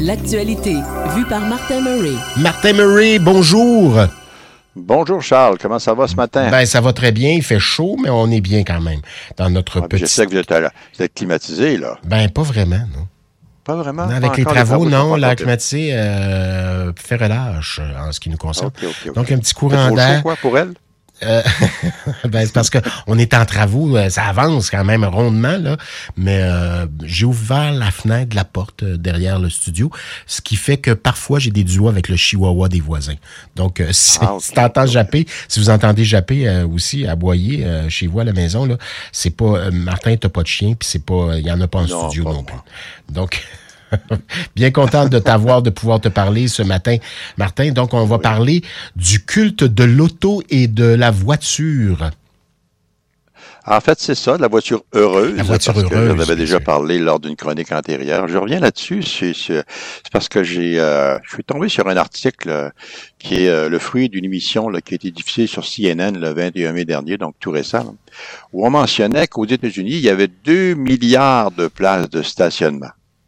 L'actualité, vue par Martin Murray. Martin Murray, bonjour. Bonjour Charles, comment ça va ce matin? Ben ça va très bien, il fait chaud, mais on est bien quand même dans notre petit... Je sais que vous êtes climatisé, là. Ben pas vraiment, non. Pas vraiment? Non, avec les travaux, non, l'air climatisé fait relâche en ce qui nous concerne. Okay. Donc un petit courant d'air. C'est quoi pour elle? Ben, c'est parce que on est en travaux, ça avance quand même rondement, là, mais j'ai ouvert la fenêtre de la porte derrière le studio, ce qui fait que parfois j'ai des duos avec le chihuahua des voisins. Donc, si t'entends japper, si vous entendez japper aussi, aboyer chez vous à la maison, là, c'est pas Martin, t'as pas de chien, puis c'est pas, il y en a pas en studio non plus. Donc... Bien contente de t'avoir, de pouvoir te parler ce matin, Martin. Donc, on va parler du culte de l'auto et de la voiture. En fait, c'est ça, la voiture heureuse. La voiture heureuse. J'en avais déjà parlé lors d'une chronique antérieure. Je reviens là-dessus. C'est parce que je suis tombé sur un article qui est le fruit d'une émission là, qui a été diffusée sur CNN le 21 mai dernier, donc tout récent, là, où on mentionnait qu'aux États-Unis, il y avait 2 milliards de places de stationnement.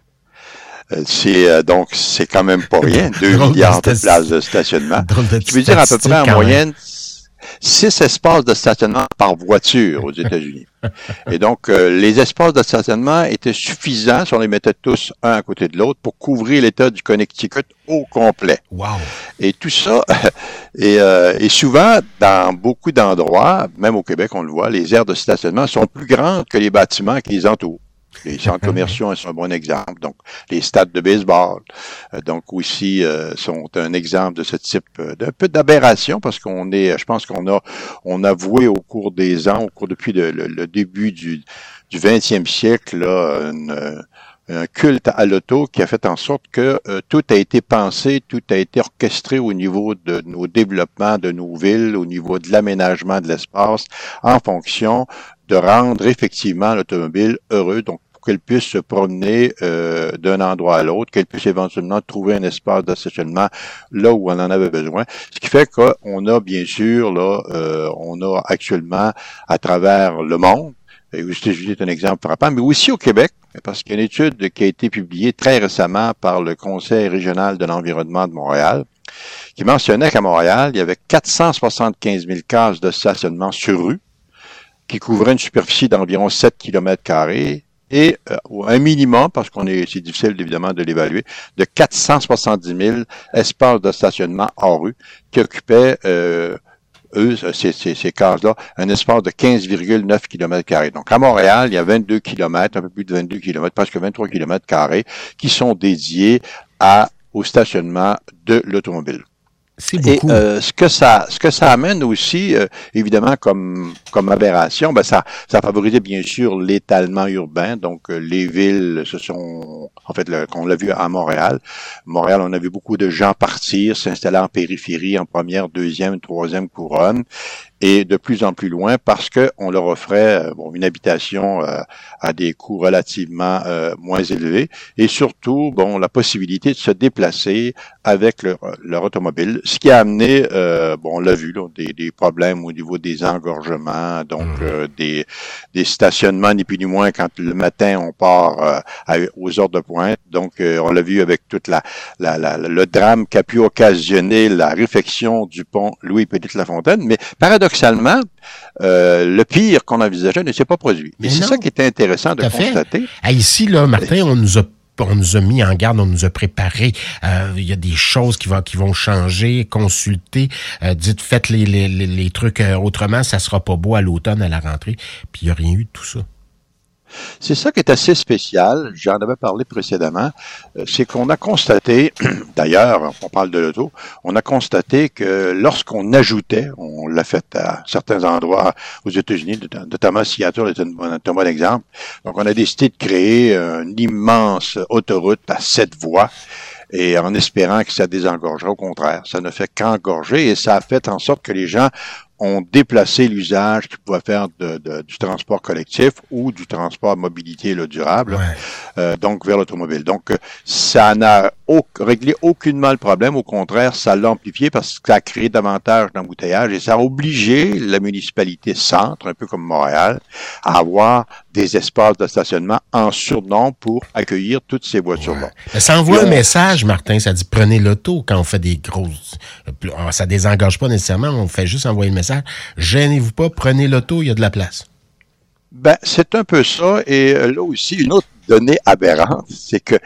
Donc, c'est quand même pas rien, 2 milliards de places de stationnement. Ce qui veut dire à peu près en moyenne 6 espaces de stationnement par voiture aux États-Unis. Et donc, les espaces de stationnement étaient suffisants si on les mettait tous un à côté de l'autre pour couvrir l'État du Connecticut au complet. Wow. Et tout ça, et souvent, dans beaucoup d'endroits, même au Québec, on le voit, les aires de stationnement sont plus grandes que les bâtiments qui les entourent. Les centres commerciaux sont un bon exemple. Donc, les stades de baseball, donc aussi sont un exemple de ce type d'un peu d'aberration parce je pense on a voué au cours des ans, depuis le début du 20e siècle, là, un culte à l'auto qui a fait en sorte que tout a été pensé, tout a été orchestré au niveau de nos développements de nos villes, au niveau de l'aménagement de l'espace, en fonction de rendre effectivement l'automobile heureux, donc pour qu'elle puisse se promener d'un endroit à l'autre, qu'elle puisse éventuellement trouver un espace de stationnement là où on en avait besoin. Ce qui fait qu'on a bien sûr, là, on a actuellement à travers le monde, et aux États-Unis c'est un exemple frappant, mais aussi au Québec, parce qu'il y a une étude qui a été publiée très récemment par le Conseil régional de l'environnement de Montréal, qui mentionnait qu'à Montréal, il y avait 475 000 cases de stationnement sur rue, qui couvrait une superficie d'environ 7 km² et un minimum, parce c'est difficile évidemment de l'évaluer, de 470 000 espaces de stationnement hors rue qui occupaient, ces cases-là, un espace de 15,9 km². Donc à Montréal, il y a 22 km, un peu plus de 22 km, presque 23 km² qui sont dédiés au stationnement de l'automobile. C'est beaucoup. Et ce que ça amène aussi, évidemment, comme aberration, ça favorisait bien sûr l'étalement urbain. Donc les villes on l'a vu à Montréal. Montréal, on a vu beaucoup de gens partir, s'installer en périphérie, en première, deuxième, troisième couronne, et de plus en plus loin parce que on leur offrait une habitation à des coûts relativement moins élevés, et surtout la possibilité de se déplacer avec leur automobile, ce qui a amené, on l'a vu, là, des problèmes au niveau des engorgements, donc des stationnements ni plus ni moins quand le matin on part aux heures de pointe. Donc on l'a vu avec toute le drame qu'a pu occasionner la réfection du pont Louis-Pédit-Lafontaine, mais paradoxalement, le pire qu'on envisageait ne s'est pas produit. Mais c'est ça qui était intéressant de constater. Ici, là, Martin, on nous a mis en garde, on nous a préparé. Il y a des choses qui vont changer, consulter. Faites les trucs autrement, ça sera pas beau à l'automne, à la rentrée. Puis il n'y a rien eu de tout ça. C'est ça qui est assez spécial, j'en avais parlé précédemment, c'est qu'on a constaté, d'ailleurs, on parle de l'auto, on a constaté que lorsqu'on ajoutait, on l'a fait à certains endroits aux États-Unis, notamment Seattle est un bon exemple, donc on a décidé de créer une immense autoroute à 7 voies, et en espérant que ça désengorgerait. Au contraire, ça ne fait qu'engorger, et ça a fait en sorte que les gens ont déplacé l'usage qu'ils pouvaient faire du transport collectif ou du transport mobilité là, durable, donc vers l'automobile. Donc, ça n'a réglé aucunement le problème. Au contraire, ça l'a amplifié parce que ça a créé davantage d'embouteillages et ça a obligé la municipalité centre, un peu comme Montréal, à avoir des espaces de stationnement en surnombre pour accueillir toutes ces voitures-là. Ça envoie un message, Martin, ça dit prenez l'auto quand on fait des grosses... Ça désengage pas nécessairement, on fait juste envoyer le message. Gênez-vous pas, prenez l'auto, il y a de la place. Ben, c'est un peu ça. Et là aussi, une autre donnée aberrante, c'est que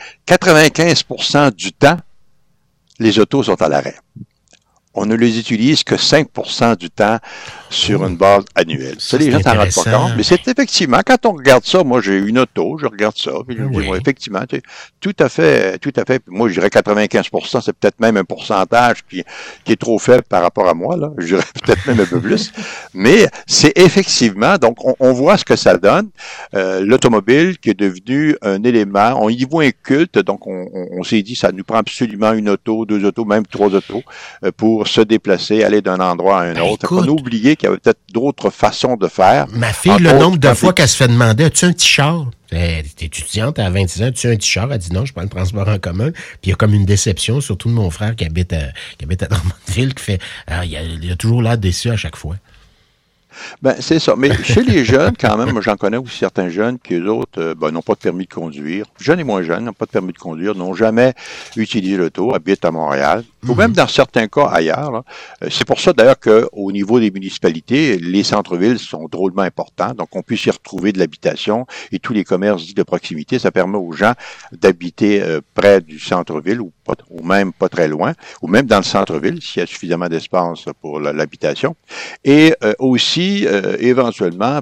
95% du temps, les autos sont à l'arrêt. On ne les utilise que 5% du temps sur une base annuelle. Ça, les gens s'en rendent pas compte. Mais c'est effectivement, quand on regarde ça, moi, j'ai une auto, je regarde ça, puis je me dis, effectivement, tout à fait. Moi, je dirais 95%, c'est peut-être même un pourcentage qui est trop faible par rapport à moi, là. Je dirais peut-être même un peu plus. Mais c'est effectivement, donc, on voit ce que ça donne. L'automobile qui est devenu un élément, on y voit un culte, donc on s'est dit, ça nous prend absolument une auto, 2 autos, même 3 autos, pour se déplacer, aller d'un endroit à un autre. On a oublié qu'il y avait peut-être d'autres façons de faire. Ma fille, le nombre de fois qu'elle se fait demander, as-tu un petit char? T'es étudiante, à 26 ans, as-tu un petit char? Elle dit non, je prends le transport en commun. Puis il y a comme une déception, surtout de mon frère qui habite à Drummondville, qui fait, il a toujours l'air déçu à chaque fois. Ben, c'est ça. Mais chez les jeunes, quand même, moi, j'en connais aussi certains jeunes qui, eux autres, n'ont pas de permis de conduire. Jeunes et moins jeunes, n'ont pas de permis de conduire, n'ont jamais utilisé l'auto, habitent à Montréal, ou même dans certains cas ailleurs. Là. C'est pour ça, d'ailleurs, qu'au niveau des municipalités, les centres-villes sont drôlement importants. Donc, on puisse y retrouver de l'habitation et tous les commerces dits de proximité. Ça permet aux gens d'habiter près du centre-ville ou même pas très loin, ou même dans le centre-ville, s'il y a suffisamment d'espace pour l'habitation. Et aussi, éventuellement,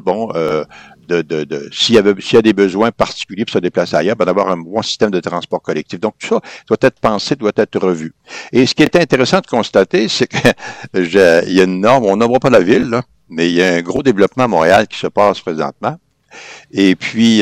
s'il y a des besoins particuliers pour se déplacer ailleurs, d'avoir un bon système de transport collectif. Donc, tout ça doit être pensé, doit être revu. Et ce qui est intéressant de constater, c'est que il y a une norme, on n'en voit pas la ville, là, mais il y a un gros développement à Montréal qui se passe présentement. Et puis,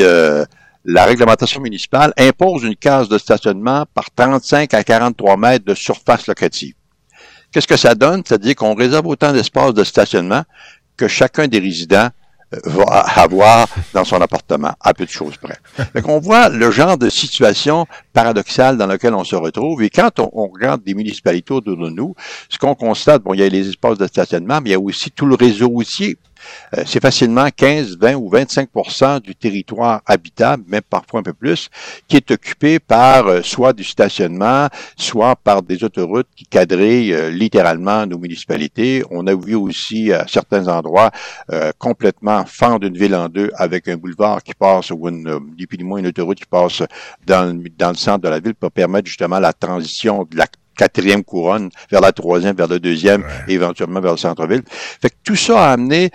la réglementation municipale impose une case de stationnement par 35 à 43 mètres de surface locative. Qu'est-ce que ça donne? C'est-à-dire qu'on réserve autant d'espace de stationnement que chacun des résidents va avoir dans son appartement, à peu de choses près. Donc, on voit le genre de situation paradoxale dans laquelle on se retrouve. Et quand on regarde des municipalités autour de nous, ce qu'on constate, il y a les espaces de stationnement, mais il y a aussi tout le réseau routier. C'est facilement 15, 20 ou 25% du territoire habitable, même parfois un peu plus, qui est occupé par soit du stationnement, soit par des autoroutes qui quadrillent littéralement nos municipalités. On a vu aussi à certains endroits complètement fendre une ville en deux avec un boulevard qui passe ou ni plus ni moins une autoroute qui passe dans le centre de la ville pour permettre justement la transition de la 4e couronne vers la 3e, vers le 2e, et éventuellement vers le centre-ville. Fait que tout ça a amené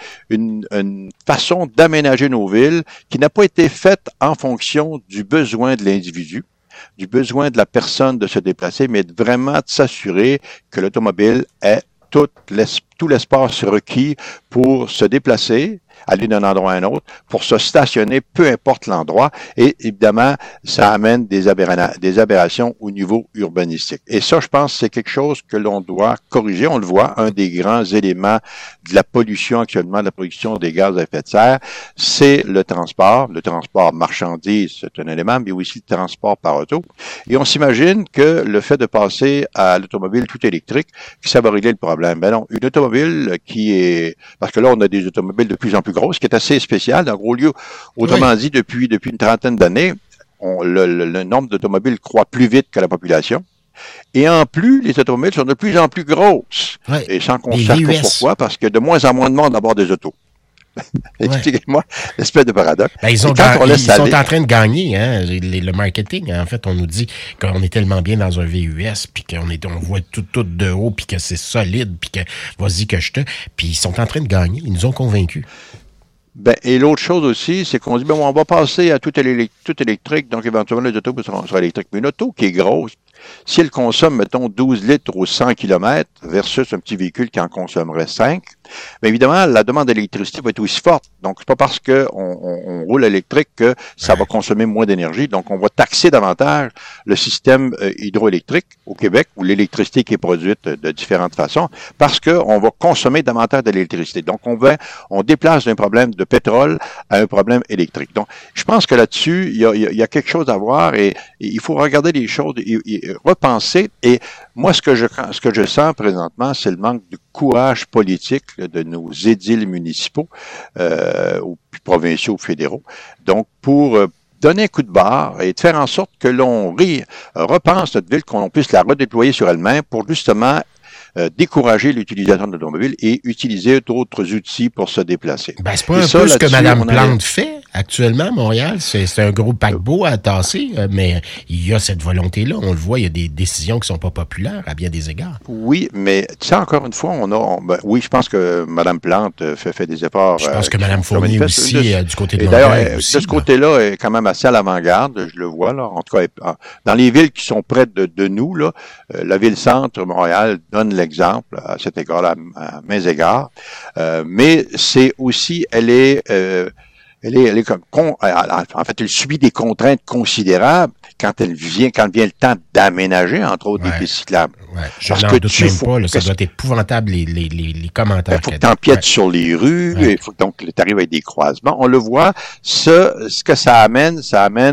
une façon d'aménager nos villes qui n'a pas été faite en fonction du besoin de l'individu, du besoin de la personne de se déplacer, mais vraiment de s'assurer que l'automobile ait tout l'espace requis pour se déplacer, aller d'un endroit à un autre, pour se stationner, peu importe l'endroit. Et évidemment, ça amène des aberrations au niveau urbanistique. Et ça, je pense, c'est quelque chose que l'on doit corriger. On le voit, un des grands éléments de la pollution actuellement, de la production des gaz à effet de serre, c'est le transport. Le transport marchandise, c'est un élément, mais aussi le transport par auto. Et on s'imagine que le fait de passer à l'automobile tout électrique, que ça va régler le problème. Ben non, une automobile qui est... Parce que là, on a des automobiles de plus en plus grosses, qui est assez spécial. En gros lieu, autrement dit, depuis une trentaine d'années, le nombre d'automobiles croît plus vite que la population. Et en plus, les automobiles sont de plus en plus grosses. Ouais. Et sans qu'on sache pourquoi, parce que de moins en moins de monde à bord des autos. Expliquez-moi l'espèce de paradoxe. Ben, ils sont en train de gagner, hein, le marketing. En fait, on nous dit qu'on est tellement bien dans un VUS, puis on voit tout de haut, puis que c'est solide, puis que vas-y que je te... Puis ils sont en train de gagner. Ils nous ont convaincus. Ben, et l'autre chose aussi, c'est qu'on dit, on va passer à tout électrique, donc éventuellement les autos seront électriques. Mais une auto qui est grosse, si elle consomme, mettons, 12 litres aux 100 km versus un petit véhicule qui en consommerait 5, Mais évidemment, la demande d'électricité va être aussi forte. Donc, c'est pas parce qu'on roule électrique que ça va consommer moins d'énergie. Donc, on va taxer davantage le système hydroélectrique au Québec, où l'électricité qui est produite de différentes façons, parce qu'on va consommer davantage d'électricité. Donc, on déplace d'un problème de pétrole à un problème électrique. Donc, je pense que là-dessus, il y a quelque chose à voir et il faut regarder les choses et repenser. Et moi, ce que je sens présentement, c'est le manque de courage politique là, de nos édiles municipaux, ou provinciaux ou fédéraux. Donc, pour donner un coup de barre et de faire en sorte que l'on repense notre ville, qu'on puisse la redéployer sur elle-même pour justement décourager l'utilisation de l'automobile et utiliser d'autres outils pour se déplacer. Ben, c'est pas un peu ce que Mme Plante fait actuellement à Montréal. C'est un gros paquebot à tasser, mais il y a cette volonté-là. On le voit, il y a des décisions qui sont pas populaires à bien des égards. Oui, mais ça, encore une fois, oui, je pense que Mme Plante fait des efforts. Je pense que Mme Fournier aussi, du côté de Montréal. Montréal D'ailleurs, aussi. De ce côté-là, est quand même assez à l'avant-garde, je le vois, là. En tout cas, dans les villes qui sont près de nous, là, la ville-centre, Montréal, donne l'exemple à cet égard, à mains égards. Mais c'est aussi, elle est comme, en fait, elle subit des contraintes considérables quand vient le temps d'aménager, entre autres, des pistes cyclables. Ouais. Je n'en doute même pas, là, ça doit être épouvantable, les commentaires. Il faut que tu empiètes sur les rues, il faut donc que tu arrives avec des croisements. On le voit, ce que ça amène,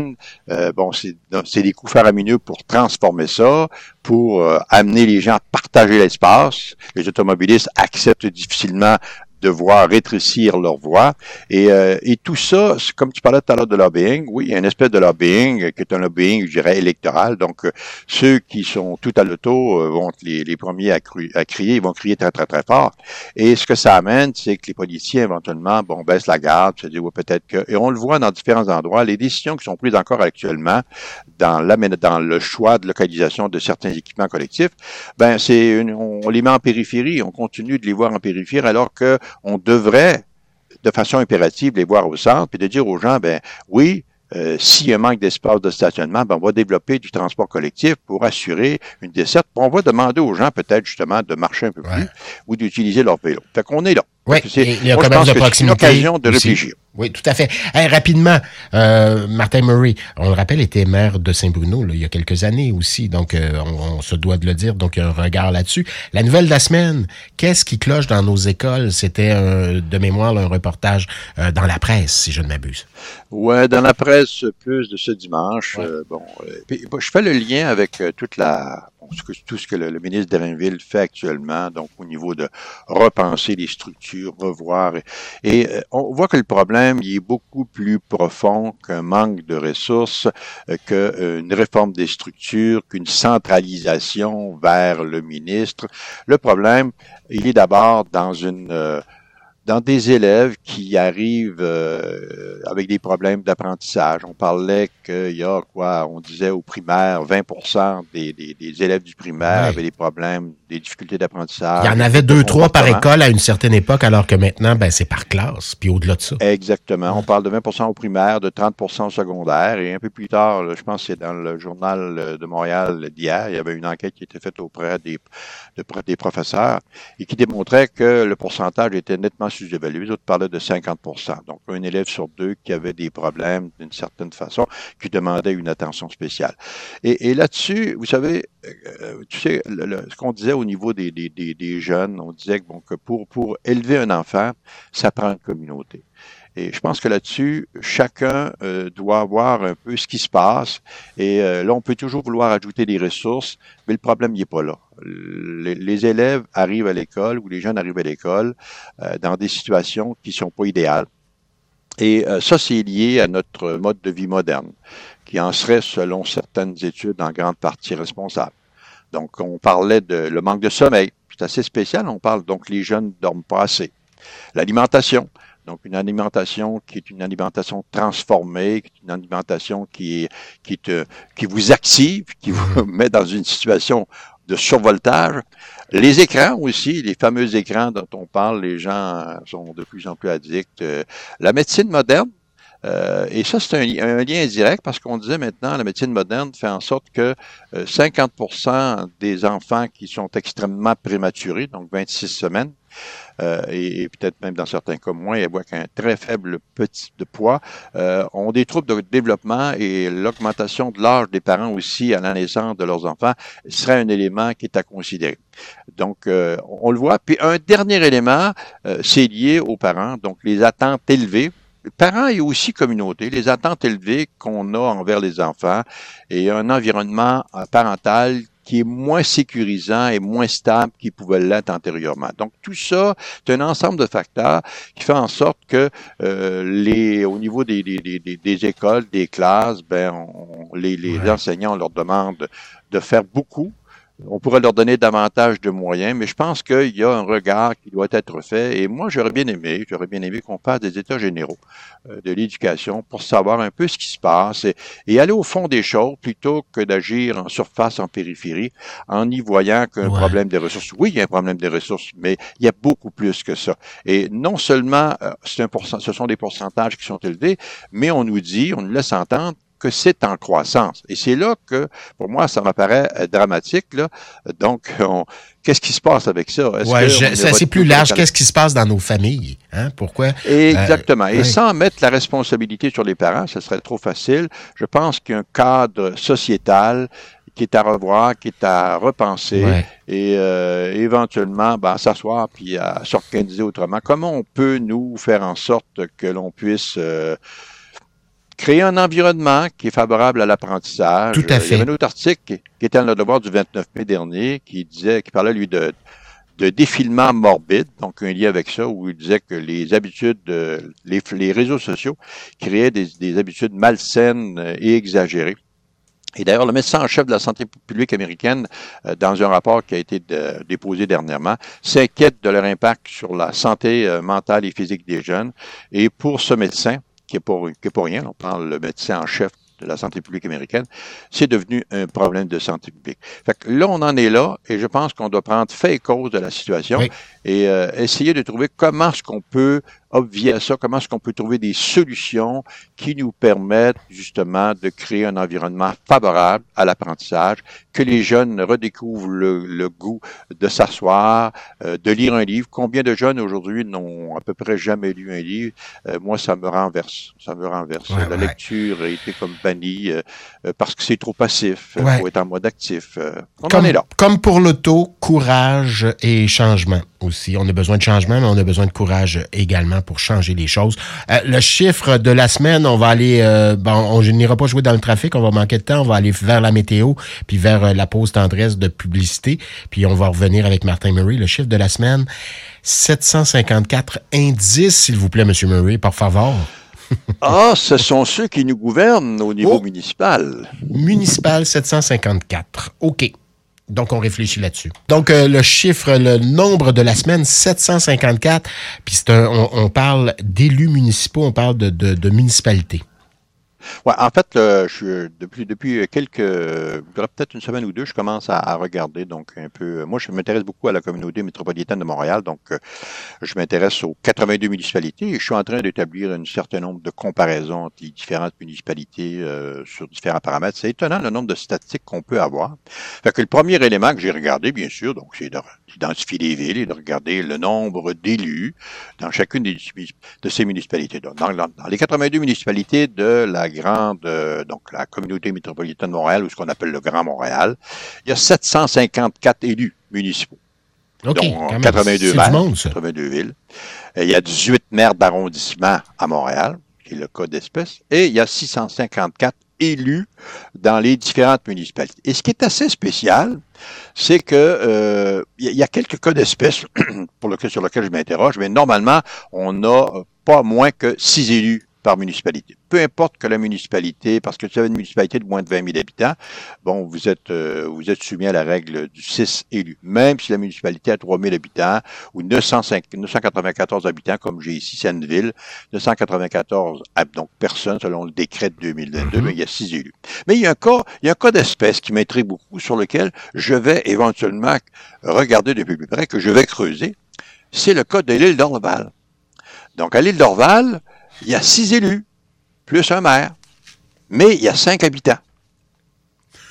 c'est des coups faramineux pour transformer ça, pour amener les gens à partager l'espace. Les automobilistes acceptent difficilement de voir rétrécir leur voix. Et tout ça, comme tu parlais tout à l'heure de lobbying, oui, il y a une espèce de lobbying qui est un lobbying, je dirais, électoral. Donc, ceux qui sont tout à l'auto vont être les premiers à crier, ils vont crier très, très, très fort. Et ce que ça amène, c'est que les politiciens, éventuellement, baissent la garde, se disent, peut-être que... Et on le voit dans différents endroits, les décisions qui sont prises encore actuellement dans le choix de localisation de certains équipements collectifs, on les met en périphérie, on continue de les voir en périphérie, alors que on devrait, de façon impérative, les voir au centre, puis de dire aux gens, oui, s'il y a un manque d'espace de stationnement, on va développer du transport collectif pour assurer une desserte. Puis on va demander aux gens, peut-être, justement, de marcher un peu plus ou d'utiliser leur vélo. Fait qu'on est là. Oui, il y a un commerce de proximité. C'est une occasion de réfléchir. Oui, tout à fait. Rapidement, Martin Murray, on le rappelle, était maire de Saint-Bruno il y a quelques années aussi, donc on se doit de le dire, donc un regard là-dessus. La nouvelle de la semaine, qu'est-ce qui cloche dans nos écoles? C'était de mémoire un reportage dans la presse, si je ne m'abuse. Ouais, dans la presse, plus de ce dimanche. Je fais le lien avec tout ce que le ministre Drainville fait actuellement, donc au niveau de repenser les structures, revoir. Et on voit que le problème, il est beaucoup plus profond qu'un manque de ressources, qu'une réforme des structures, qu'une centralisation vers le ministre. Le problème, il est d'abord dans des élèves qui arrivent avec des problèmes d'apprentissage. On parlait qu'il y a on disait au primaire, 20% des élèves du primaire avaient des problèmes, des difficultés d'apprentissage. Il y en avait 2-3 par école à une certaine époque, alors que maintenant, c'est par classe, puis au-delà de ça. Exactement. On parle de 20% au primaire, de 30% au secondaire, et un peu plus tard, je pense que c'est dans le journal de Montréal d'hier, il y avait une enquête qui était faite auprès des professeurs et qui démontrait que le pourcentage était nettement sous-évalué. Les autres parlaient de 50%. Donc, un élève sur deux qui avait des problèmes d'une certaine façon, qui demandait une attention spéciale. Et là-dessus, vous savez, ce qu'on disait au niveau des jeunes, on disait que pour élever un enfant, ça prend une communauté. Et je pense que là-dessus, chacun doit voir un peu ce qui se passe. Et là, on peut toujours vouloir ajouter des ressources, mais le problème n'est pas là. Les élèves arrivent à l'école ou les jeunes arrivent à l'école dans des situations qui sont pas idéales. Et ça, c'est lié à notre mode de vie moderne, qui en serait, selon certaines études, en grande partie responsable. Donc, on parlait de le manque de sommeil. C'est assez spécial. On parle donc les jeunes dorment pas assez. L'alimentation. Donc, une alimentation qui est une alimentation transformée, qui est une alimentation qui vous active, qui vous met dans une situation de survoltage. Les écrans aussi, les fameux écrans dont on parle, les gens sont de plus en plus addicts. La médecine moderne, et ça, c'est un lien indirect parce qu'on disait maintenant, la médecine moderne fait en sorte que 50% des enfants qui sont extrêmement prématurés, donc 26 semaines, et peut-être même dans certains cas moins, avec un très faible petit de poids, ont des troubles de développement et l'augmentation de l'âge des parents aussi à la naissance de leurs enfants serait un élément qui est à considérer. Donc, on le voit. Puis un dernier élément, c'est lié aux parents, donc les attentes élevées. Parents et aussi communauté, les attentes élevées qu'on a envers les enfants et un environnement parental qui est moins sécurisant et moins stable qu'il pouvait l'être antérieurement. Donc, tout ça, c'est un ensemble de facteurs qui fait en sorte que au niveau des écoles, des classes, les enseignants, on leur demande de faire beaucoup. On pourrait leur donner davantage de moyens, mais je pense qu'il y a un regard qui doit être fait. Et moi, j'aurais bien aimé qu'on fasse des états généraux de l'éducation pour savoir un peu ce qui se passe et aller au fond des choses plutôt que d'agir en surface, en périphérie, en y voyant qu'un problème des ressources. Oui, il y a un problème des ressources, mais il y a beaucoup plus que ça. Et non seulement ce sont des pourcentages qui sont élevés, mais on nous laisse entendre que c'est en croissance. Et c'est là que, pour moi, ça m'apparaît dramatique, là. Donc, qu'est-ce qui se passe avec ça? C'est plus large. Qu'est-ce qui se passe dans nos familles? Hein? Pourquoi? Exactement. Et sans mettre la responsabilité sur les parents, ce serait trop facile. Je pense qu'il y a un cadre sociétal qui est à revoir, qui est à repenser et éventuellement s'asseoir puis à s'organiser autrement. Comment on peut, nous, faire en sorte que l'on puisse créer un environnement qui est favorable à l'apprentissage. Tout à fait. Il y avait un autre article qui était dans le Devoir du 29 mai dernier qui parlait, lui, de défilement morbide, donc un lien avec ça, où il disait que les habitudes, les réseaux sociaux créaient des habitudes malsaines et exagérées. Et d'ailleurs, le médecin en chef de la santé publique américaine, dans un rapport qui a été déposé dernièrement, s'inquiète de leur impact sur la santé mentale et physique des jeunes. Et pour ce médecin, qui est pas rien, on parle le médecin en chef de la santé publique américaine, c'est devenu un problème de santé publique. Fait que là, on en est là, et je pense qu'on doit prendre fait et cause de la situation et essayer de trouver comment est-ce qu'on peut obvier à ça, comment est-ce qu'on peut trouver des solutions qui nous permettent justement de créer un environnement favorable à l'apprentissage, que les jeunes redécouvrent le goût de s'asseoir, de lire un livre. Combien de jeunes aujourd'hui n'ont à peu près jamais lu un livre? Moi, ça me renverse. La lecture a été comme bannie parce que c'est trop passif. Il faut être en mode actif. On en est là. Comme pour l'auto, courage et changement aussi. On a besoin de changement, mais on a besoin de courage également pour changer les choses. Le chiffre de la semaine, on va aller... on n'ira pas jouer dans le trafic, on va manquer de temps, on va aller vers la météo, puis vers la pause tendresse de publicité, puis on va revenir avec Martin Murray. Le chiffre de la semaine, 754 indices, s'il vous plaît, M. Murray, par favor. Ce sont ceux qui nous gouvernent au niveau municipal. Municipal 754. OK. Donc, on réfléchit là-dessus. Donc, le nombre de la semaine, 754. Puis, on parle d'élus municipaux, on parle de municipalités. Ouais, en fait, depuis peut-être une semaine ou deux, je commence à regarder donc un peu. Moi, je m'intéresse beaucoup à la communauté métropolitaine de Montréal, donc je m'intéresse aux 82 municipalités et je suis en train d'établir un certain nombre de comparaisons entre les différentes municipalités sur différents paramètres. C'est étonnant le nombre de statistiques qu'on peut avoir. Fait que le premier élément que j'ai regardé, bien sûr, donc c'est d'identifier les villes et de regarder le nombre d'élus dans chacune de ces municipalités. Donc, dans les 82 municipalités de la la communauté métropolitaine de Montréal, ou ce qu'on appelle le Grand Montréal, il y a 754 élus municipaux. Okay, donc 82 maires, 82 villes. Il y a 18 maires d'arrondissement à Montréal, qui est le cas d'espèce, et il y a 654 élus dans les différentes municipalités. Et ce qui est assez spécial, c'est que il y a quelques cas d'espèces sur lesquels je m'interroge, mais normalement, on n'a pas moins que 6 élus par municipalité. Peu importe que la municipalité, parce que si vous avez une municipalité de moins de 20 000 habitants, bon, vous êtes soumis à la règle du 6 élus. Même si la municipalité a 3 000 habitants ou 994 habitants, comme j'ai ici, Senneville, 994 donc personnes selon le décret de 2022, mais il y a 6 élus. Mais il y a un cas d'espèce qui m'intrigue beaucoup, sur lequel je vais éventuellement regarder de plus près, que je vais creuser. C'est le cas de l'île d'Orval. Donc, à l'île d'Orval, il y a 6 élus, plus un maire, mais il y a 5 habitants.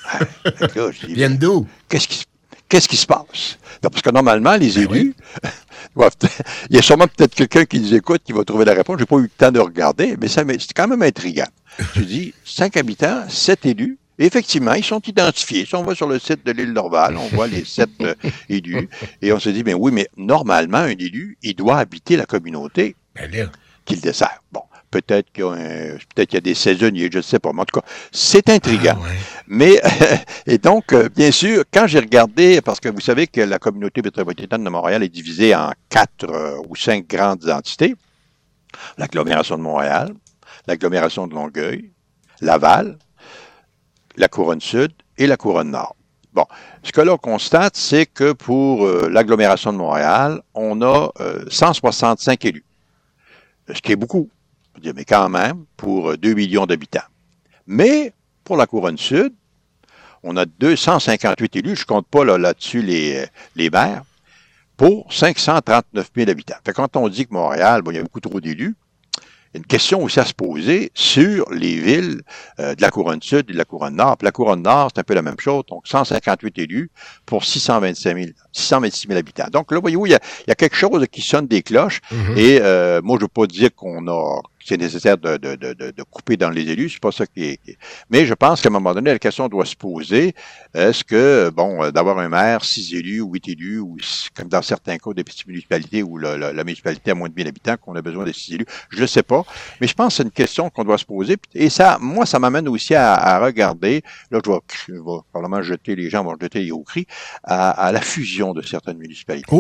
Viennent d'où? Qu'est-ce qui se passe? Donc, parce que normalement, les élus Il y a sûrement peut-être quelqu'un qui nous écoute qui va trouver la réponse. J'ai pas eu le temps de regarder, mais c'est quand même intriguant. Tu dis 5 habitants, 7 élus. Et effectivement, ils sont identifiés. Si on va sur le site de l'île d'Orval, on voit les 7 élus. Et on se dit, ben oui, mais normalement, un élu, il doit habiter la communauté qu'il dessert. Bon, peut-être qu'il y a des saisonniers, je ne sais pas. Mais en tout cas, c'est intriguant. Mais, et donc, bien sûr, quand j'ai regardé, parce que vous savez que la communauté métropolitaine de Montréal est divisée en 4 ou 5 grandes entités. L'agglomération de Montréal, l'agglomération de Longueuil, Laval, la Couronne Sud et la Couronne Nord. Bon, ce que l'on constate, c'est que pour l'agglomération de Montréal, on a 165 élus, ce qui est beaucoup, mais quand même, pour 2 millions d'habitants. Mais pour la Couronne Sud, on a 258 élus, je ne compte pas là-dessus les maires, pour 539 000 habitants. Fait quand on dit que Montréal, il y a beaucoup trop d'élus, une question aussi à se poser sur les villes de la Couronne Sud et de la Couronne Nord. Puis la Couronne Nord, c'est un peu la même chose. Donc, 158 élus pour 626 000 habitants. Donc là, voyez-vous, il y a quelque chose qui sonne des cloches. Et moi, je ne veux pas dire c'est nécessaire de couper dans les élus, c'est pas ça qui est. Mais je pense qu'à un moment donné, la question doit se poser, est-ce que, d'avoir un maire, 6 élus, 8 élus, ou comme dans certains cas des petites municipalités où la municipalité a moins de 1000 habitants, qu'on a besoin de 6 élus, je ne sais pas. Mais je pense que c'est une question qu'on doit se poser. Et ça, moi, ça m'amène aussi à regarder, là, je vais probablement les gens vont jeter les hauts cris, à la fusion de certaines municipalités.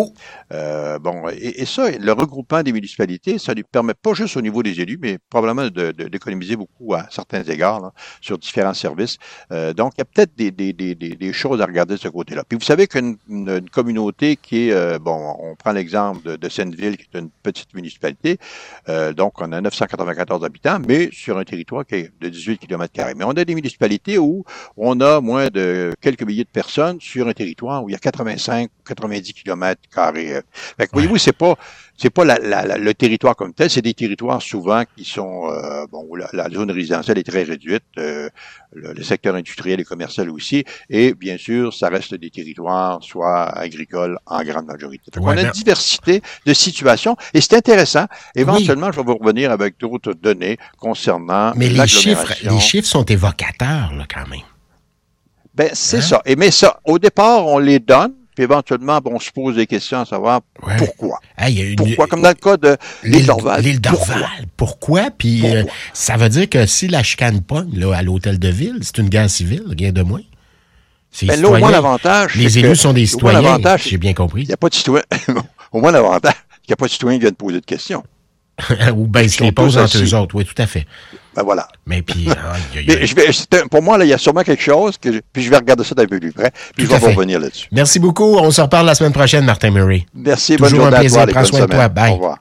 Et ça, le regroupement des municipalités, ça lui permet pas juste au niveau des élus, mais probablement d'économiser beaucoup à certains égards là, sur différents services. Donc, il y a peut-être des choses à regarder de ce côté-là. Puis vous savez qu'une communauté qui est, on prend l'exemple de Senneville, qui est une petite municipalité, donc on a 994 habitants, mais sur un territoire qui est de 18 km². Mais on a des municipalités où on a moins de quelques milliers de personnes sur un territoire où il y a 85 ou 90 km². Fait que voyez-vous, c'est pas le territoire comme tel, c'est des territoires souvent qui sont, où la zone résidentielle est très réduite, le secteur industriel et commercial aussi, et bien sûr, ça reste des territoires soit agricoles en grande majorité. Donc, on a une diversité de situations, et c'est intéressant. Éventuellement, je vais vous revenir avec d'autres données concernant l'agglomération. Mais les chiffres sont évocateurs, là, quand même. Ben, c'est ça. Mais ça, au départ, on les donne, puis éventuellement, on se pose des questions à savoir pourquoi. Pourquoi? Comme dans le cas de l'île d'Orval. L'île d'Orval. Pourquoi? Puis ça veut dire que si la chicane pogne là, à l'hôtel de ville, c'est une guerre civile, rien de moins. Ben, là, au moins, l'avantage. Les élus sont des citoyens. J'ai bien compris. Il n'y a pas de citoyen. Au moins, l'avantage, il n'y a pas de citoyen qui vient de poser de questions. Ou bien ils se les posent entre eux autres. Oui, tout à fait. Ben voilà. Mais puis, pour moi, là, il y a sûrement quelque chose puis je vais regarder ça d'un peu plus près, puis je vais revenir là-dessus. Merci beaucoup. On se reparle la semaine prochaine, Martin Murray. Merci, toujours bonne journée un plaisir. à toi. Prends soin de toi. Bye. Au revoir.